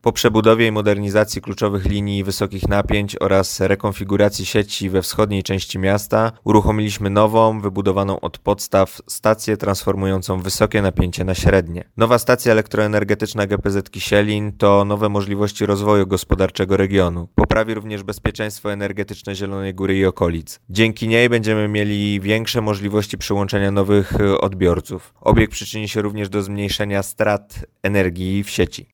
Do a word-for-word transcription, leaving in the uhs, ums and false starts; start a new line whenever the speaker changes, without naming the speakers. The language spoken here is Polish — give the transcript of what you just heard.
Po przebudowie i modernizacji kluczowych linii wysokich napięć oraz rekonfiguracji sieci we wschodniej części miasta uruchomiliśmy nową, wybudowaną od podstaw stację transformującą wysokie napięcie na średnie. Nowa stacja elektroenergetyczna G P Z Kisielin to nowe możliwości rozwoju gospodarczego regionu. Poprawi również bezpieczeństwo energetyczne Zielonej Góry i okolic. Dzięki niej będziemy mieli większe możliwości przyłączenia nowych odbiorców. Obiekt przyczyni się również do zmniejszenia strat energii w sieci.